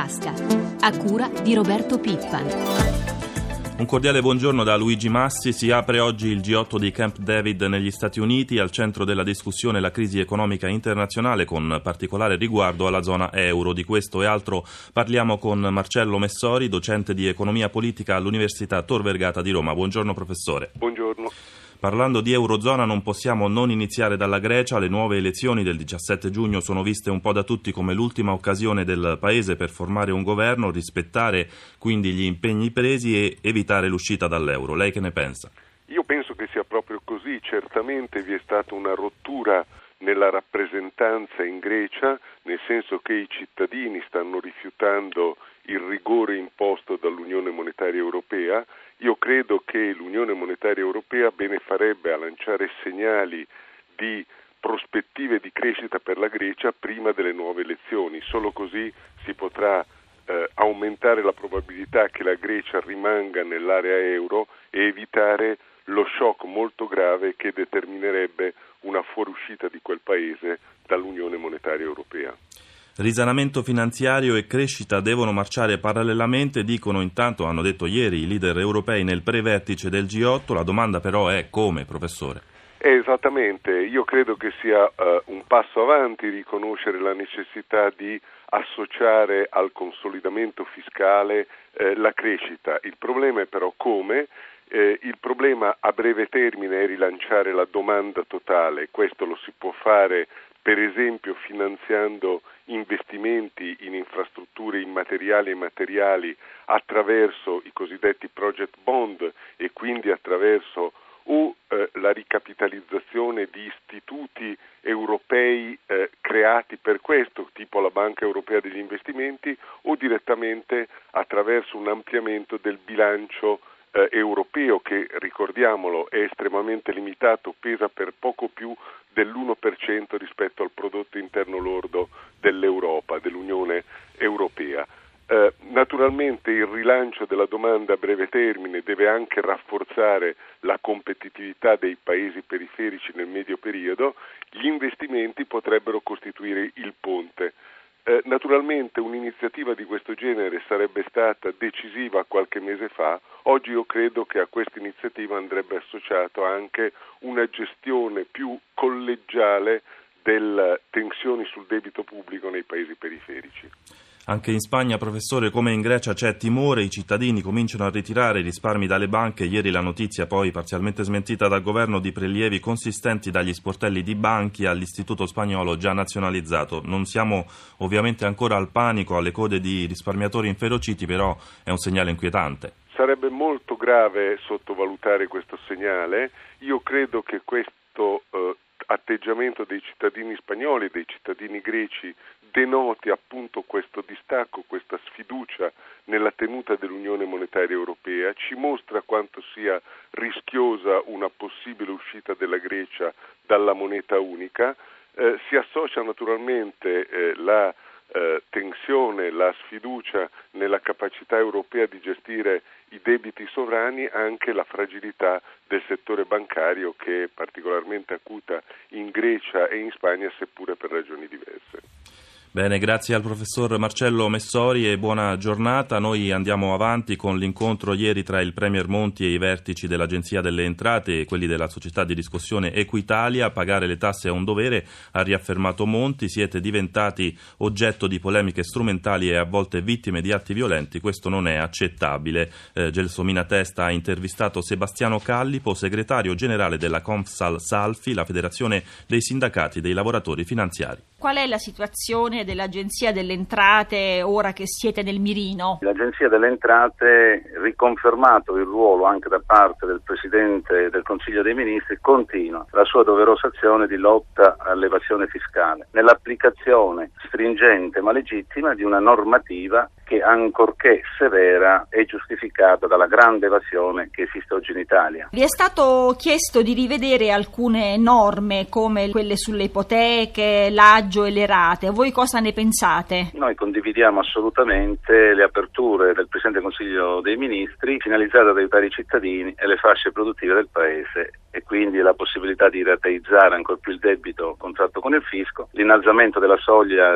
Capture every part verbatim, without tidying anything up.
tasca, a cura di Roberto Pippan. Un cordiale buongiorno da Luigi Massi. Si apre oggi il G otto di Camp David negli Stati Uniti, al centro della discussione la crisi economica internazionale con particolare riguardo alla zona euro. Di questo e altro parliamo con Marcello Messori, docente di economia politica all'Università Tor Vergata di Roma. Buongiorno professore. Buongiorno. Parlando di Eurozona non possiamo non iniziare dalla Grecia. Le nuove elezioni del diciassette giugno sono viste un po' da tutti come l'ultima occasione del Paese per formare un governo, rispettare quindi gli impegni presi e evitare l'uscita dall'euro. Lei che ne pensa? Io penso che sia proprio così. Certamente vi è stata una rottura nella rappresentanza in Grecia, nel senso che i cittadini stanno rifiutando il rigore imposto dall'Unione Monetaria Europea. Io credo che l'Unione Monetaria Europea bene farebbe a lanciare segnali di prospettive di crescita per la Grecia prima delle nuove elezioni. Solo così si potrà eh, aumentare la probabilità che la Grecia rimanga nell'area euro e evitare lo shock molto grave che determinerebbe una fuoriuscita di quel paese dall'Unione Monetaria Europea. Risanamento finanziario e crescita devono marciare parallelamente, dicono intanto, hanno detto ieri i leader europei nel pre-vertice del G otto. La domanda però è come, professore? Eh, esattamente, io credo che sia uh, un passo avanti riconoscere la necessità di associare al consolidamento fiscale eh, la crescita. Il problema è però come. Eh, il problema a breve termine è rilanciare la domanda totale. Questo lo si può fare per esempio finanziando investimenti in infrastrutture immateriali e materiali attraverso i cosiddetti project bond e quindi attraverso o eh, la ricapitalizzazione di istituti europei eh, creati per questo, tipo la Banca Europea degli Investimenti, o direttamente attraverso un ampliamento del bilancio eh, europeo che, ricordiamolo, è estremamente limitato, pesa per poco più dell'uno per cento rispetto al prodotto interno lordo dell'Europa, dell'Unione Europea. Eh, naturalmente il rilancio della domanda a breve termine deve anche rafforzare la competitività dei paesi periferici nel medio periodo. Gli investimenti potrebbero costituire il ponte. Eh, naturalmente un'iniziativa di questo genere sarebbe stata decisiva qualche mese fa. Oggi io credo che a questa iniziativa andrebbe associato anche una gestione più collegiale delle tensioni sul debito pubblico nei paesi periferici. Anche in Spagna, professore, come in Grecia c'è timore, i cittadini cominciano a ritirare i risparmi dalle banche. Ieri la notizia, poi parzialmente smentita dal governo, di prelievi consistenti dagli sportelli di Banchi all'istituto spagnolo già nazionalizzato. Non siamo ovviamente ancora al panico, alle code di risparmiatori inferociti, però è un segnale inquietante. Sarebbe molto grave sottovalutare questo segnale. Io credo che questo eh, atteggiamento dei cittadini spagnoli e dei cittadini greci denoti appunto questo distacco, questa sfiducia nella tenuta dell'Unione Monetaria Europea, ci mostra quanto sia rischiosa una possibile uscita della Grecia dalla moneta unica. Eh, si associa naturalmente eh, la eh, tensione, la sfiducia nella capacità europea di gestire i debiti sovrani, anche la fragilità del settore bancario che è particolarmente acuta in Grecia e in Spagna, seppure per ragioni diverse. Bene, grazie al professor Marcello Messori e buona giornata. Noi andiamo avanti con l'incontro ieri tra il Premier Monti e i vertici dell'Agenzia delle Entrate e quelli della società di riscossione Equitalia. Pagare le tasse è un dovere, ha riaffermato Monti. Siete diventati oggetto di polemiche strumentali e a volte vittime di atti violenti. Questo non è accettabile. Eh, Gelsomina Testa ha intervistato Sebastiano Callipo, segretario generale della Confsal Salfi, la federazione dei sindacati dei lavoratori finanziari. Qual è la situazione dell'Agenzia delle Entrate ora che siete nel mirino? L'Agenzia delle Entrate, riconfermato il ruolo anche da parte del Presidente del Consiglio dei Ministri, continua la sua doverosa azione di lotta all'evasione fiscale, nell'applicazione stringente ma legittima di una normativa che, ancorché severa, è giustificata dalla grande evasione che esiste oggi in Italia. Vi è stato chiesto di rivedere alcune norme come quelle sulle ipoteche, l'aggio e le rate. Voi cosa ne pensate? Noi condividiamo assolutamente le aperture del Presidente del Consiglio dei Ministri finalizzate ad aiutare i cittadini e le fasce produttive del Paese, e quindi la possibilità di rateizzare ancor più il debito contratto con il fisco, l'innalzamento della soglia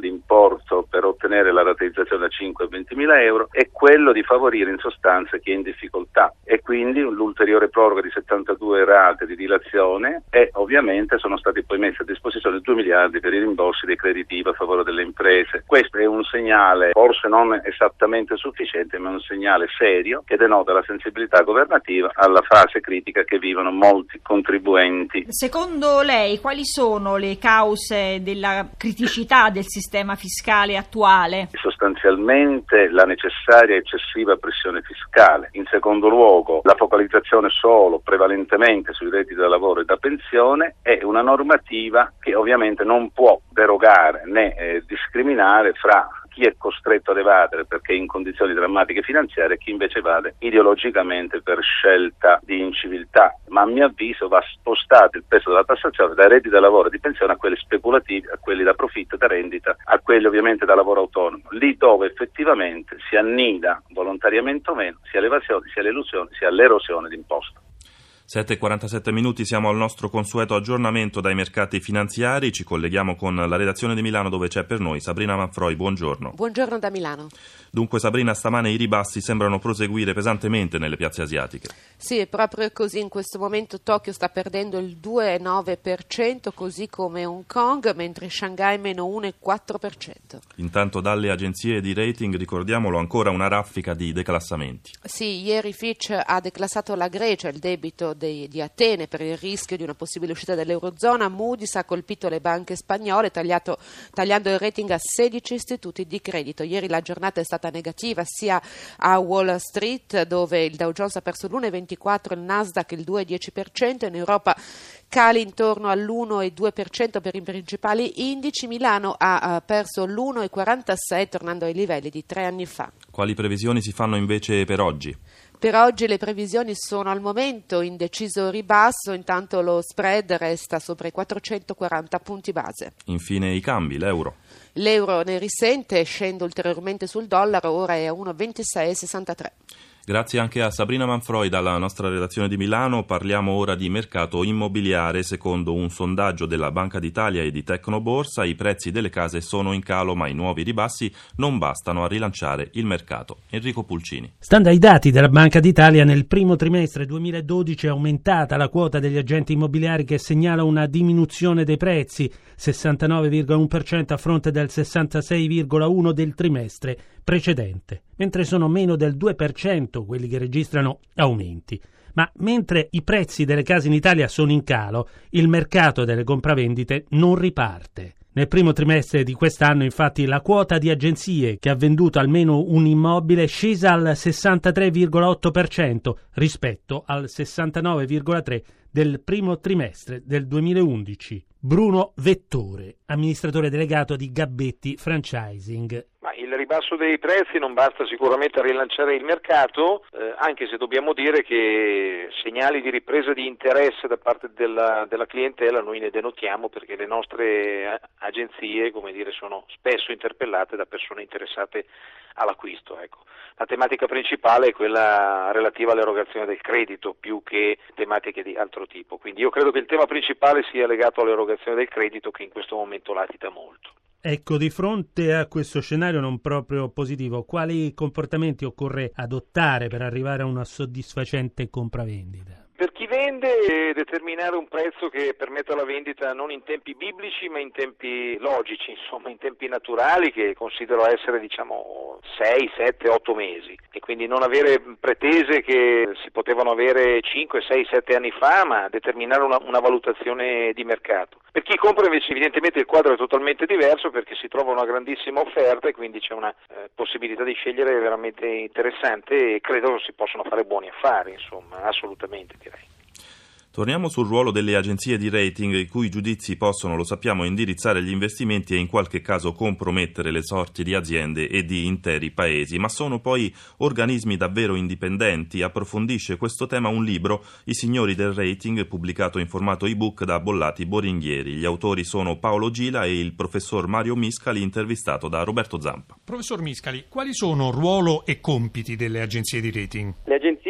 di importo per ottenere la rateizzazione da cinque a ventimila euro, è quello di favorire in sostanza chi è in difficoltà, e quindi l'ulteriore proroga di settantadue rate di dilazione, e ovviamente sono stati poi messi a disposizione due miliardi per i rimborsi dei crediti I V A a favore delle imprese. Questo è un segnale forse non esattamente sufficiente, ma è un segnale serio che denota la sensibilità governativa alla fase critica che vivono molti contribuenti. Secondo lei quali sono le cause della criticità del sistema fiscale attuale? Sostanzialmente la necessaria eccessiva pressione fiscale. In secondo luogo la focalizzazione solo prevalentemente sui redditi da lavoro e da pensione, è una normativa che ovviamente non può derogare né eh, discriminare fra chi è costretto ad evadere perché è in condizioni drammatiche finanziarie e chi invece evade ideologicamente per scelta di inciviltà. Ma a mio avviso va spostato il peso della tassazione dai redditi da lavoro e di pensione a quelli speculativi, a quelli da profitto e da rendita, a quelli ovviamente da lavoro autonomo, lì dove effettivamente si annida volontariamente o meno sia l'evasione, sia l'elusione, sia l'erosione d'imposta. sette e quarantasette minuti, siamo al nostro consueto aggiornamento dai mercati finanziari. Ci colleghiamo con la redazione di Milano dove c'è per noi Sabrina Manfroi. Buongiorno. Buongiorno da Milano. Dunque Sabrina, stamane i ribassi sembrano proseguire pesantemente nelle piazze asiatiche. Sì, è proprio così. In questo momento Tokyo sta perdendo il due virgola nove per cento, così come Hong Kong, mentre Shanghai meno uno virgola quattro per cento. Intanto dalle agenzie di rating, ricordiamolo ancora, una raffica di declassamenti. Sì, ieri Fitch ha declassato la Grecia, il debito Di, di Atene per il rischio di una possibile uscita dall'Eurozona. Moody's ha colpito le banche spagnole tagliato, tagliando il rating a sedici istituti di credito. Ieri la giornata è stata negativa sia a Wall Street, dove il Dow Jones ha perso l'uno virgola ventiquattro per cento, il Nasdaq il due virgola dieci per cento, in Europa cali intorno all'uno virgola due per cento per i principali indici. Milano ha perso l'uno virgola quarantasei per cento, tornando ai livelli di tre anni fa. Quali previsioni si fanno invece per oggi? Per oggi le previsioni sono al momento in deciso ribasso, intanto lo spread resta sopra i quattrocentoquaranta punti base. Infine i cambi, l'euro. L'euro ne risente, scende ulteriormente sul dollaro, ora è a uno virgola ventisei sessantatré. Grazie anche a Sabrina Manfroi dalla nostra redazione di Milano. Parliamo ora di mercato immobiliare. Secondo un sondaggio della Banca d'Italia e di Tecnoborsa, i prezzi delle case sono in calo, ma i nuovi ribassi non bastano a rilanciare il mercato. Enrico Pulcini. Stando ai dati della Banca d'Italia, nel primo trimestre duemiladodici è aumentata la quota degli agenti immobiliari che segnala una diminuzione dei prezzi, sessantanove virgola uno per cento a fronte del sessantasei virgola uno per cento del trimestre precedente, mentre sono meno del due per cento quelli che registrano aumenti. Ma mentre i prezzi delle case in Italia sono in calo, il mercato delle compravendite non riparte. Nel primo trimestre di quest'anno, infatti, la quota di agenzie che ha venduto almeno un immobile è scesa al sessantatré virgola otto per cento rispetto al sessantanove virgola tre per cento del primo trimestre del duemilaundici. Bruno Vettore, amministratore delegato di Gabbetti Franchising. Ma il ribasso dei prezzi non basta sicuramente a rilanciare il mercato, eh, anche se dobbiamo dire che segnali di ripresa di interesse da parte della, della clientela noi ne denotiamo, perché le nostre agenzie, come dire, sono spesso interpellate da persone interessate all'acquisto. Ecco. La tematica principale è quella relativa all'erogazione del credito più che tematiche di altro tipo, quindi io credo che il tema principale sia legato all'erogazione del credito, che in questo momento latita molto. Ecco, di fronte a questo scenario non proprio positivo, quali comportamenti occorre adottare per arrivare a una soddisfacente compravendita? Per chi vende, determinare un prezzo che permetta la vendita non in tempi biblici ma in tempi logici, insomma in tempi naturali, che considero essere diciamo sei, sette, otto mesi, e quindi non avere pretese che si potevano avere cinque, sei, sette anni fa, ma determinare una, una valutazione di mercato. Per chi compra invece evidentemente il quadro è totalmente diverso, perché si trova una grandissima offerta e quindi c'è una eh, possibilità di scegliere veramente interessante, e credo che si possano fare buoni affari, insomma, assolutamente direi. Torniamo sul ruolo delle agenzie di rating, i cui giudizi possono, lo sappiamo, indirizzare gli investimenti e in qualche caso compromettere le sorti di aziende e di interi paesi, ma sono poi organismi davvero indipendenti. Approfondisce questo tema un libro, I signori del rating, pubblicato in formato ebook da Bollati Boringhieri. Gli autori sono Paolo Gila e il professor Mario Miscali, intervistato da Roberto Zampa. Professor Miscali, quali sono ruolo e compiti delle agenzie di rating? Le agenzie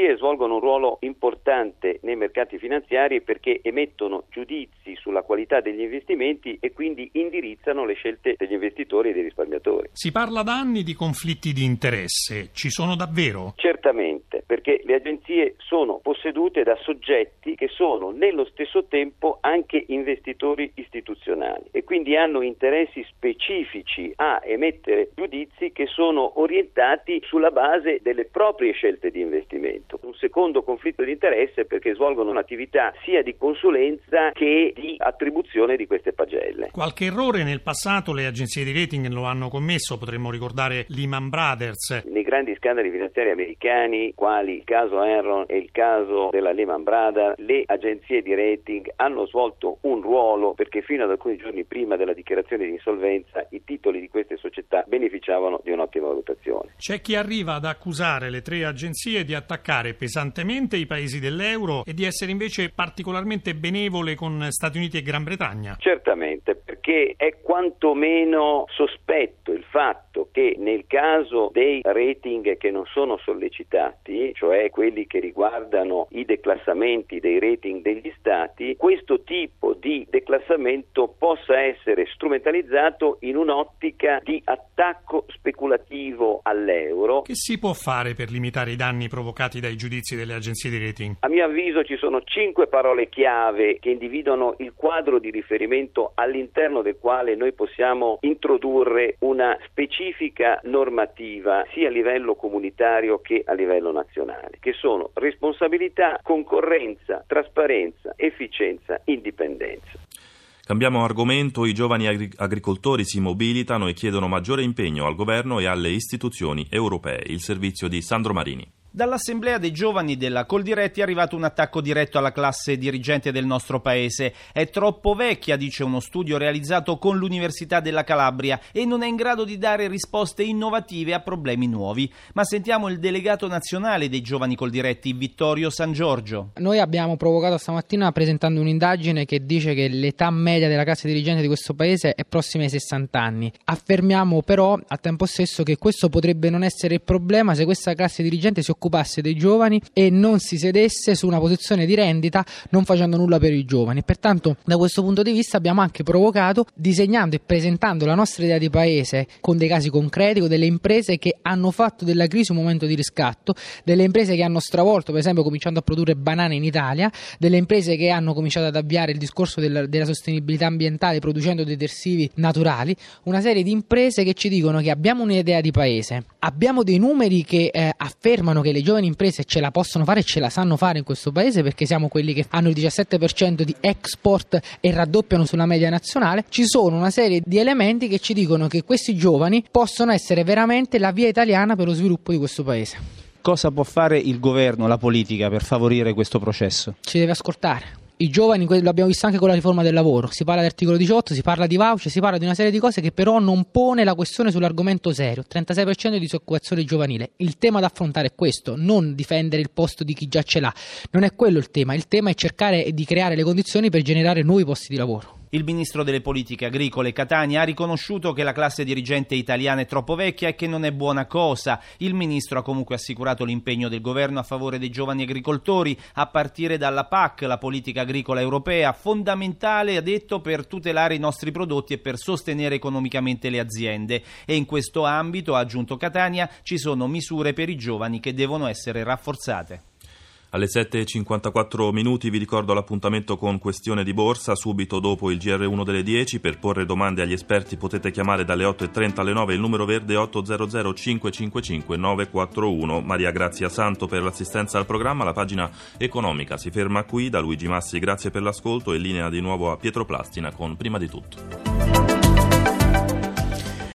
agenzie svolgono un ruolo importante nei mercati finanziari perché emettono giudizi sulla qualità degli investimenti e quindi indirizzano le scelte degli investitori e dei risparmiatori. Si parla da anni di conflitti di interesse, ci sono davvero? Certamente, perché le agenzie sono possedute da soggetti che sono nello stesso tempo anche investitori istituzionali e quindi hanno interessi specifici a emettere giudizi che sono orientati sulla base delle proprie scelte di investimento. Un secondo conflitto di interesse perché svolgono un'attività sia di consulenza che di attribuzione di queste pagelle. Qualche errore nel passato le agenzie di rating lo hanno commesso, potremmo ricordare Lehman Brothers. Nei grandi scandali finanziari americani, quali il caso Enron e il caso della Lehman Brothers, le agenzie di rating hanno svolto un ruolo perché fino ad alcuni giorni prima della dichiarazione di insolvenza i titoli di queste società beneficiavano di un'ottima valutazione. C'è chi arriva ad accusare le tre agenzie di attaccare pesantemente i paesi dell'euro e di essere invece particolarmente benevole con Stati Uniti e Gran Bretagna. Certamente, perché è quantomeno sospetto il fatto che nel caso dei rating che non sono sollecitati, cioè quelli che riguardano i declassamenti dei rating degli stati, questo tipo di declassamento possa essere strumentalizzato in un'ottica di attacco speculativo all'euro. Che si può fare per limitare i danni provocati dai giudizi delle agenzie di rating? A mio avviso ci sono cinque parole chiave che individuano il quadro di riferimento all'interno del quale noi possiamo introdurre una specifica normativa sia a livello comunitario che a livello nazionale, che sono responsabilità, concorrenza, trasparenza, efficienza, indipendenza. Cambiamo argomento, i giovani agri- agricoltori si mobilitano e chiedono maggiore impegno al governo e alle istituzioni europee. Il servizio di Sandro Marini. Dall'Assemblea dei Giovani della Coldiretti è arrivato un attacco diretto alla classe dirigente del nostro paese. È troppo vecchia, dice uno studio realizzato con l'Università della Calabria, e non è in grado di dare risposte innovative a problemi nuovi. Ma sentiamo il delegato nazionale dei Giovani Coldiretti, Vittorio San Giorgio. Noi abbiamo provocato stamattina presentando un'indagine che dice che l'età media della classe dirigente di questo paese è prossima ai sessanta anni. Affermiamo però al tempo stesso che questo potrebbe non essere il problema se questa classe dirigente si occupasse dei giovani e non si sedesse su una posizione di rendita non facendo nulla per i giovani. Pertanto da questo punto di vista abbiamo anche provocato disegnando e presentando la nostra idea di paese con dei casi concreti, con delle imprese che hanno fatto della crisi un momento di riscatto, delle imprese che hanno stravolto, per esempio cominciando a produrre banane in Italia, delle imprese che hanno cominciato ad avviare il discorso della, della sostenibilità ambientale producendo detersivi naturali, una serie di imprese che ci dicono che abbiamo un'idea di paese, abbiamo dei numeri che eh, affermano che le giovani imprese ce la possono fare e ce la sanno fare in questo paese perché siamo quelli che hanno il diciassette per cento di export e raddoppiano sulla media nazionale. Ci sono una serie di elementi che ci dicono che questi giovani possono essere veramente la via italiana per lo sviluppo di questo paese. Cosa può fare il governo, la politica per favorire questo processo? Ci deve ascoltare. I giovani, lo abbiamo visto anche con la riforma del lavoro, si parla dell'articolo diciotto, si parla di voucher, si parla di una serie di cose che però non pone la questione sull'argomento serio, trentasei per cento di disoccupazione giovanile. Il tema da affrontare è questo, non difendere il posto di chi già ce l'ha, non è quello il tema, il tema è cercare di creare le condizioni per generare nuovi posti di lavoro. Il ministro delle politiche agricole Catania ha riconosciuto che la classe dirigente italiana è troppo vecchia e che non è buona cosa. Il ministro ha comunque assicurato l'impegno del governo a favore dei giovani agricoltori, a partire dalla P A C, la politica agricola europea, fondamentale, ha detto, per tutelare i nostri prodotti e per sostenere economicamente le aziende. E in questo ambito, ha aggiunto Catania, ci sono misure per i giovani che devono essere rafforzate. Alle sette e cinquantaquattro minuti vi ricordo l'appuntamento con Questione di Borsa, subito dopo il G R uno delle dieci. Per porre domande agli esperti potete chiamare dalle otto e trenta alle nove il numero verde otto zero zero cinque cinque cinque nove quattro uno. Maria Grazia Santo per l'assistenza al programma. La pagina economica si ferma qui. Da Luigi Massi grazie per l'ascolto e linea di nuovo a Pietro Plastina con Prima di Tutto.